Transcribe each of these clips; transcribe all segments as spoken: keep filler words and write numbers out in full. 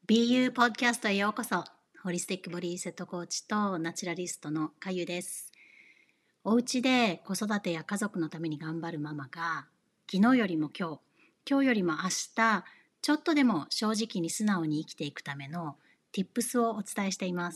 ビーユー ポッドキャストへようこそ。ホリスティックボディセットコーチとナチュラリストのかゆです。お家で子育てや家族のために頑張るママが、昨日よりも今日、今日よりも明日、ちょっとでも正直に素直に生きていくための Tips をお伝えしています。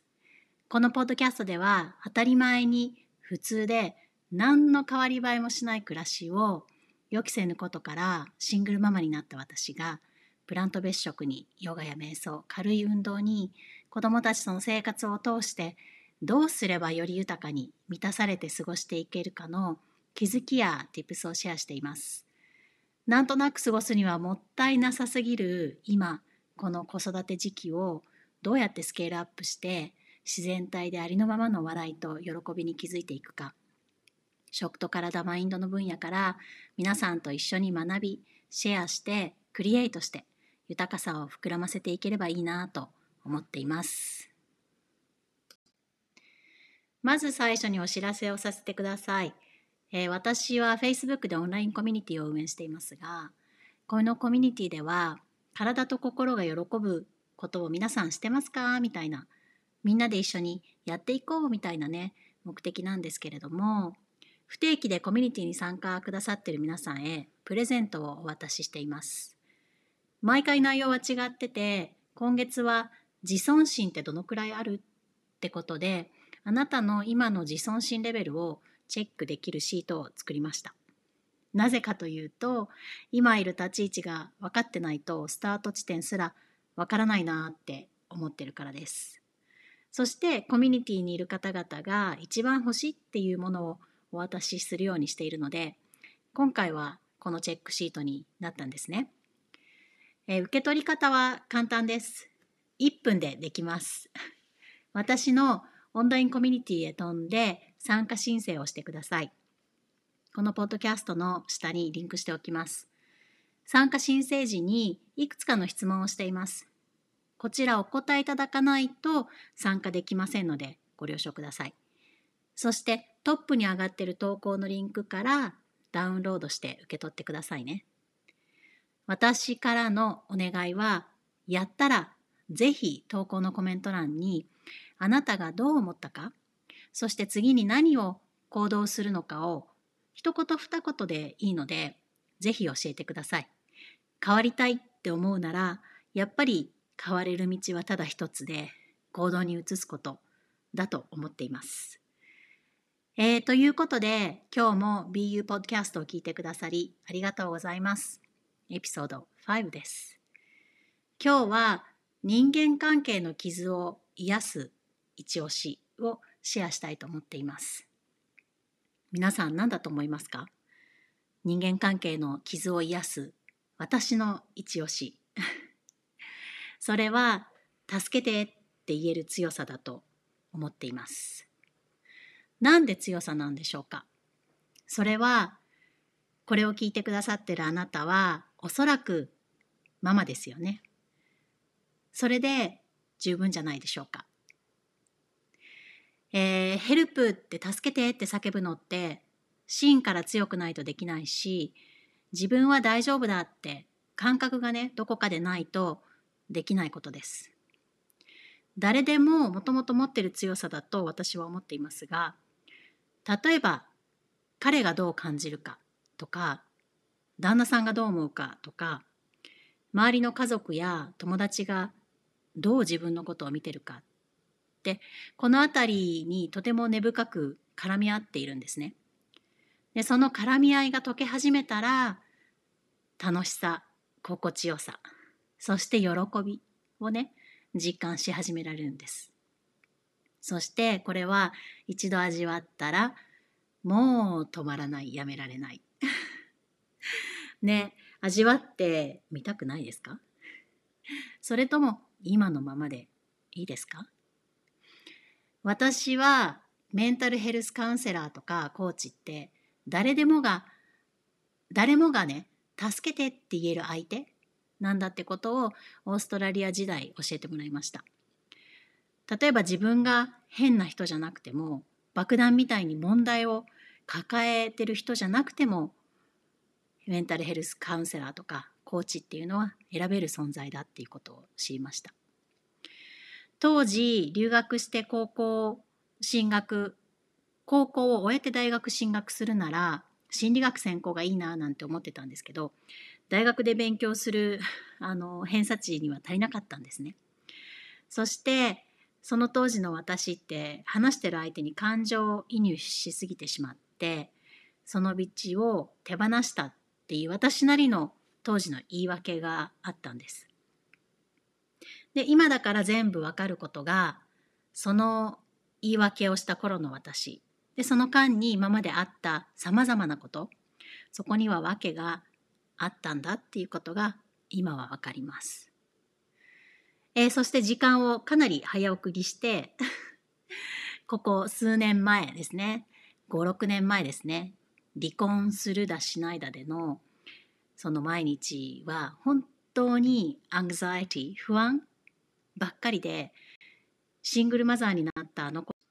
このポッドキャストでは、当たり前に普通で何の変わり映えもしない暮らしを予期せぬことからシングルママになった私が、プラント別食にヨガや瞑想、軽い運動に子どもたちとの生活を通してどうすればより豊かに満たされて過ごしていけるかの気づきや Tips をシェアしています。なんとなく過ごすにはもったいなさすぎる今この子育て時期をどうやってスケールアップして自然体でありのままの笑いと喜びに気づいていくか、食と体マインドの分野から皆さんと一緒に学びシェアしてクリエイトして豊かさを膨らませていければいいなと思っています。まず最初にお知らせをさせてください。えー、私は Facebook でオンラインコミュニティを運営していますが、このコミュニティでは体と心が喜ぶことを皆さんしてますかみたいな、みんなで一緒にやっていこうみたいなね、目的なんですけれども、不定期でコミュニティに参加くださっている皆さんへプレゼントをお渡ししています。毎回内容は違ってて、今月は自尊心ってどのくらいあるってことで、あなたの今の自尊心レベルをチェックできるシートを作りました。なぜかというと、今いる立ち位置が分かってないとスタート地点すら分からないなって思ってるからです。そしてコミュニティにいる方々が一番欲しいっていうものをお渡しするようにしているので、今回はこのチェックシートになったんですね。えー、受け取り方は簡単です。いっぷんでできます。私のオンラインコミュニティへ飛んで参加申請をしてください。このポッドキャストの下にリンクしておきます。参加申請時にいくつかの質問をしています。こちらお答えいただかないと参加できませんのでご了承ください。そしてトップに上がっている投稿のリンクからダウンロードして受け取ってくださいね。私からのお願いは、やったらぜひ投稿のコメント欄にあなたがどう思ったか、そして次に何を行動するのかを一言二言でいいので、ぜひ教えてください。変わりたいって思うなら、やっぱり変われる道はただ一つで、行動に移すことだと思っています。えー、ということで、今日も ビーユー ポッドキャストを聞いてくださりありがとうございます。エピソードごです。今日は人間関係の傷を癒す一押しをシェアしたいと思っています。皆さん何だと思いますか？人間関係の傷を癒す私の一押し。それは助けてって言える強さだと思っています。なんで強さなんでしょうか？それはこれを聞いてくださっているあなたはおそらくママですよね。それで十分じゃないでしょうか。えー、ヘルプって助けてって叫ぶのって芯から強くないとできないし、自分は大丈夫だって感覚がね、どこかでないとできないことです。誰でももともと持っている強さだと私は思っていますが、例えば彼がどう感じるかとか、旦那さんがどう思うかとか、周りの家族や友達がどう自分のことを見てるかって、このあたりにとても根深く絡み合っているんですね。で、その絡み合いが解け始めたら、楽しさ、心地よさ、そして喜びをね、実感し始められるんです。そしてこれは一度味わったら、もう止まらない、やめられない。ね、味わってみたくないですか？それとも今のままでいいですか？私はメンタルヘルスカウンセラーとかコーチって誰でもが誰もがね、助けてって言える相手なんだってことをオーストラリア時代教えてもらいました。例えば自分が変な人じゃなくても、爆弾みたいに問題を抱えてる人じゃなくても、メンタルヘルスカウンセラーとかコーチっていうのは選べる存在だっていうことを知りました。当時留学して高校進学、高校を終えて大学進学するなら心理学専攻がいいななんて思ってたんですけど、大学で勉強するあの偏差値には足りなかったんですね。そしてその当時の私って話してる相手に感情移入しすぎてしまって、その道を手放したっていう私なりの当時の言い訳があったんです。で、今だから全部わかることが、その言い訳をした頃の私。で、その間に今まであった様々なこと、そこには訳があったんだっていうことが今はわかります。えーそして時間をかなり早送りして、ここ数年前ですね、ご、ろくねんまえですね、離婚するだしないだでのその毎日は本当にアングザイティ、不安ばっかりで、シングルマザーになったあの子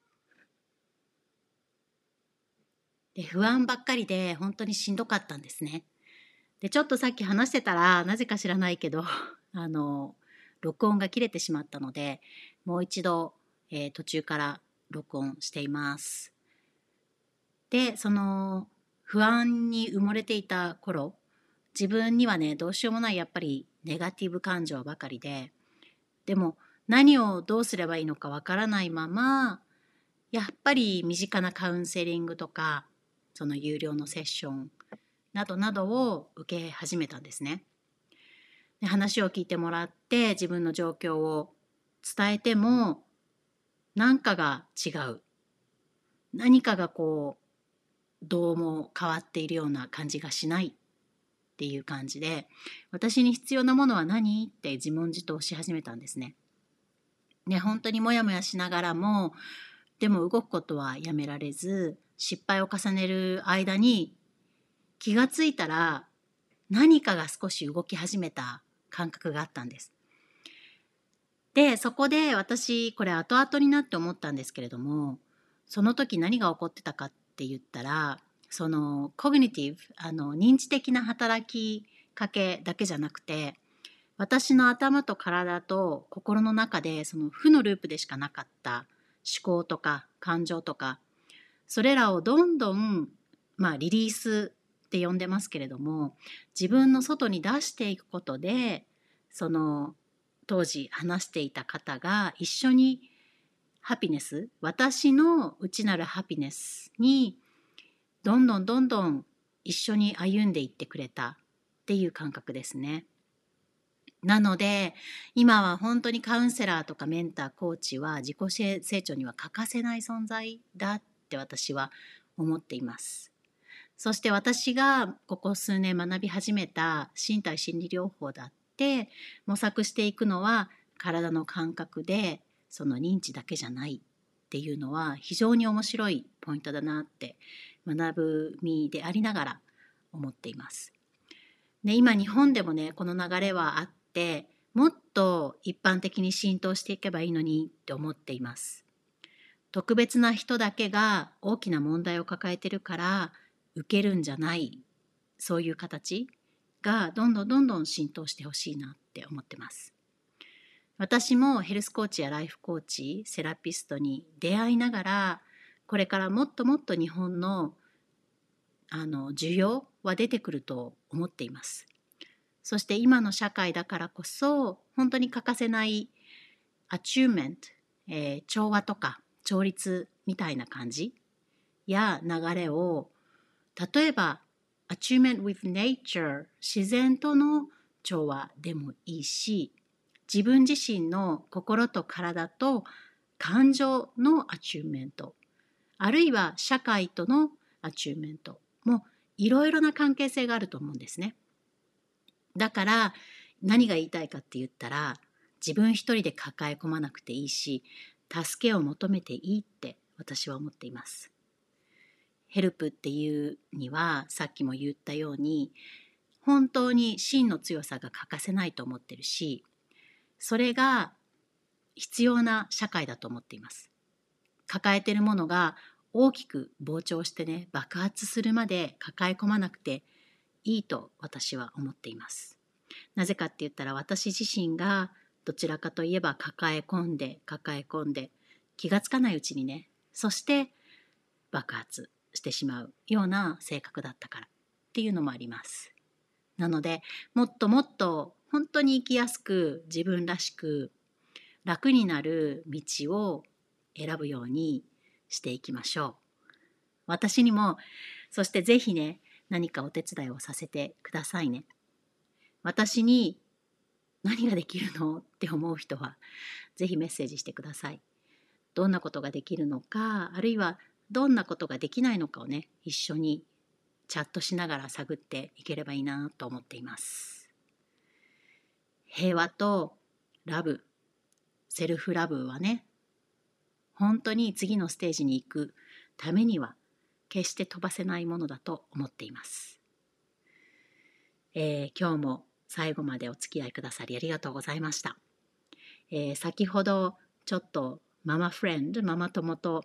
で不安ばっかりで本当にしんどかったんですね。で、ちょっとさっき話してたらなぜか知らないけどあの録音が切れてしまったので、もう一度、えー途中から録音しています。で、その不安に埋もれていた頃、自分にはね、どうしようもないやっぱりネガティブ感情ばかりで、でも何をどうすればいいのかわからないまま、やっぱり身近なカウンセリングとか、その有料のセッションなどなどを受け始めたんですね。で、話を聞いてもらって自分の状況を伝えても、何かが違う。何かがこう、どうも変わっているような感じがしないっていう感じで、私に必要なものは何って自問自答し始めたんですね。ね、本当にもやもやしながらも、でも動くことはやめられず、失敗を重ねる間に気がついたら何かが少し動き始めた感覚があったんです。で、そこで私、これ後々になって思ったんですけれども、その時何が起こってたかって言ったら、そのコグニティブ、あの認知的な働きかけだけじゃなくて、私の頭と体と心の中でその負のループでしかなかった思考とか感情とか、それらをどんどん、まあ、リリースって呼んでますけれども、自分の外に出していくことで、その当時話していた方が一緒にハピネス、私の内なるハピネスにどんどんどんどん一緒に歩んでいってくれたっていう感覚ですね。なので今は本当にカウンセラーとかメンター、コーチは自己成長には欠かせない存在だって私は思っています。そして私がここ数年学び始めた身体心理療法だって模索していくのは体の感覚で、その認知だけじゃないっていうのは非常に面白いポイントだなって学ぶ身でありながら思っています。で、今日本でもね、この流れはあって、もっと一般的に浸透していけばいいのにって思っています。特別な人だけが大きな問題を抱えてるから受けるんじゃない、そういう形がどんどんどんどん浸透してほしいなって思ってます。私もヘルスコーチやライフコーチ、セラピストに出会いながら、これからもっともっと日本のあの需要は出てくると思っています。そして今の社会だからこそ本当に欠かせないアチューメント、えー調和とか調律みたいな感じや流れを、例えば Attunement with Nature、 自然との調和でもいいし、自分自身の心と体と感情のアチューメント、あるいは社会とのアチューメントもいろいろな関係性があると思うんですね。だから何が言いたいかって言ったら、自分一人で抱え込まなくていいし、助けを求めていいって私は思っています。ヘルプっていうにはさっきも言ったように本当に真の強さが欠かせないと思ってるし、それが必要な社会だと思っています。抱えてるものが大きく膨張してね、爆発するまで抱え込まなくていいと私は思っています。 なぜかって言ったら、私自身がどちらかといえば抱え込んで抱え込んで気がつかないうちにね、そして爆発してしまうような性格だったからっていうのもあります。なので、もっともっと本当に生きやすく自分らしく楽になる道を選ぶようにしていきましょう。私にも、そしてぜひね、何かお手伝いをさせてくださいね。私に何ができるのって思う人は、ぜひメッセージしてください。どんなことができるのか、あるいはどんなことができないのかをね、一緒にチャットしながら探っていければいいなと思っています。平和とラブ、セルフラブはね、本当に次のステージに行くためには決して飛ばせないものだと思っています。えー、今日も最後までお付き合いくださりありがとうございました。えー、先ほどちょっとママフレンド、ママ友と